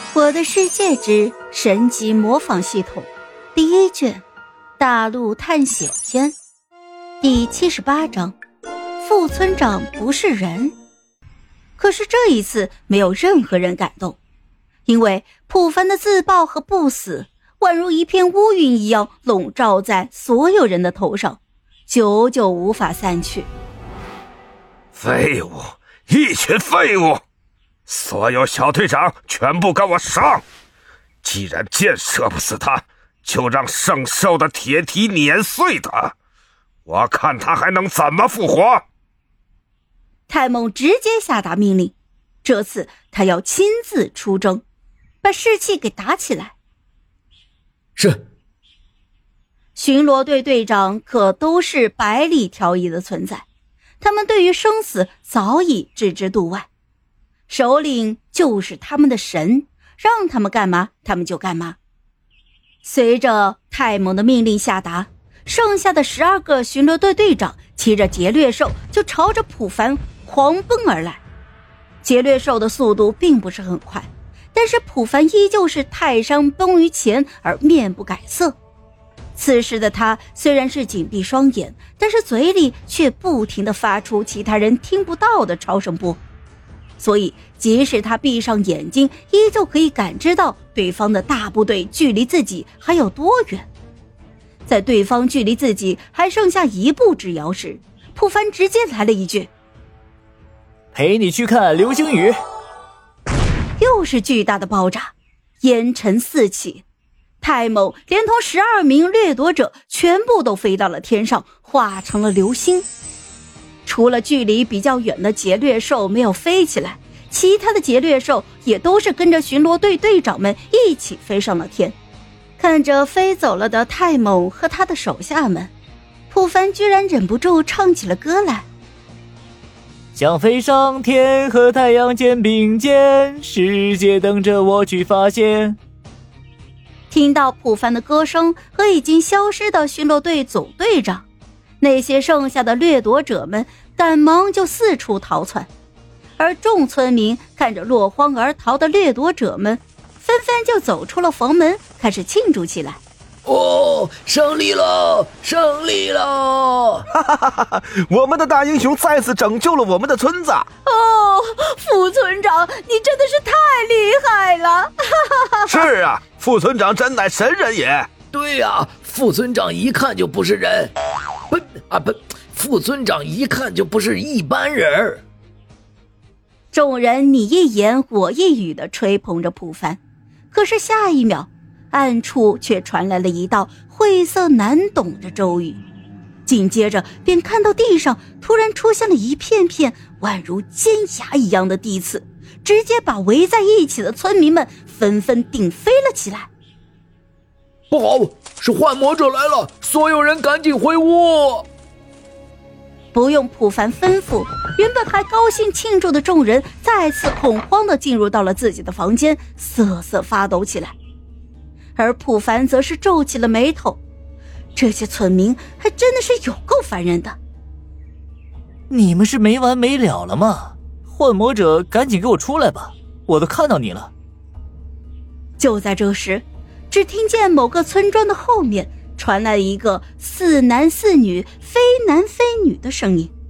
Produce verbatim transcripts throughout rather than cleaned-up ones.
我的世界之神级模仿系统第一卷大陆探险篇第七十八章副村长不是人。可是这一次没有任何人感动，因为普凡的自爆和不死宛如一片乌云一样笼罩在所有人的头上，久久无法散去。 废物，一群废物！所有小队长全部跟我上！既然箭射不死他，就让圣兽的铁蹄碾碎他，我看他还能怎么复活。 太猛直接下达命令，这次他要亲自出征，把士气给打起来。 是。 巡逻队队长可都是百里挑一的存在，他们对于生死早已置之度外，首领就是他们的神，让他们干嘛他们就干嘛。随着太猛的命令下达，剩下的十二个巡逻队队长骑着劫掠兽就朝着普凡狂奔而来。劫掠兽的速度并不是很快，但是普凡依旧是泰山崩于前而面不改色。此时的他虽然是紧闭双眼，但是嘴里却不停地发出其他人听不到的超声波，所以即使他闭上眼睛，依旧可以感知到对方的大部队距离自己还有多远。在对方距离自己还剩下一步之遥时，普凡直接来了一句： 陪你去看流星雨。 又是巨大的爆炸，烟尘四起，太猛连同十二名掠夺者全部都飞到了天上，化成了流星。除了距离比较远的劫掠兽没有飞起来，其他的劫掠兽也都是跟着巡逻队队长们一起飞上了天。看着飞走了的太猛和他的手下们，普凡居然忍不住唱起了歌来。 想飞上天，和太阳肩并肩，世界等着我去发现。 听到普凡的歌声和已经消失的巡逻队总队长，那些剩下的掠夺者们赶忙就四处逃窜，而众村民看着落荒而逃的掠夺者们，纷纷就走出了房门，开始庆祝起来。 哦，胜利了，胜利了！ 哈哈哈哈！我们的大英雄再次拯救了我们的村子。 哦，副村长，你真的是太厉害了！哈哈哈！ 是啊，副村长真乃神人也。 对呀、啊，副村长一看就不是人，不啊不，副村长一看就不是一般人。 众人你一言我一语地吹捧着普凡，可是下一秒，暗处却传来了一道晦涩难懂的咒语，紧接着便看到地上突然出现了一片片宛如尖牙一样的地刺，直接把围在一起的村民们纷纷顶飞了起来。 不好，是幻魔者来了，所有人赶紧回屋。 不用普凡吩咐，原本还高兴庆祝的众人再次恐慌地进入到了自己的房间，瑟瑟发抖起来。而普凡则是皱起了眉头，这些村民还真的是有够烦人的。 你们是没完没了了吗？幻魔者赶紧给我出来吧，我都看到你了。 就在这时，只听见某个村庄的后面传来一个似男似女非男非女的声音。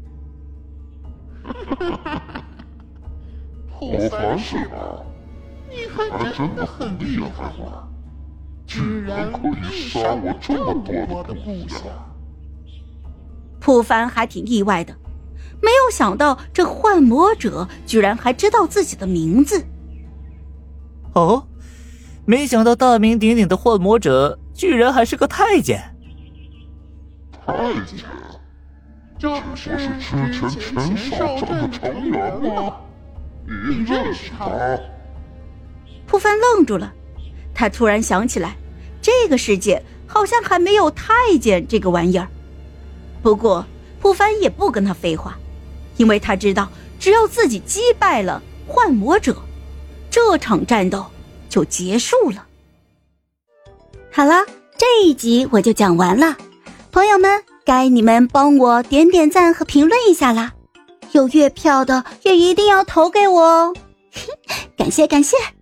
普凡是吧？你还真的很厉害啊，居然可以杀我这么多的部下。 普凡还挺意外的，没有想到这幻魔者居然还知道自己的名字。 哦，没想到大名鼎鼎的幻魔者居然还是个太监。 太监？这不是之前前哨站的成员吗？你认识他？ 普凡愣住了，他突然想起来，这个世界好像还没有太监这个玩意儿。不过普凡也不跟他废话，因为他知道只要自己击败了幻魔者，这场战斗就结束了。好了，这一集我就讲完了，朋友们，该你们帮我点点赞和评论一下啦，有月票的也一定要投给我哦，感谢感谢。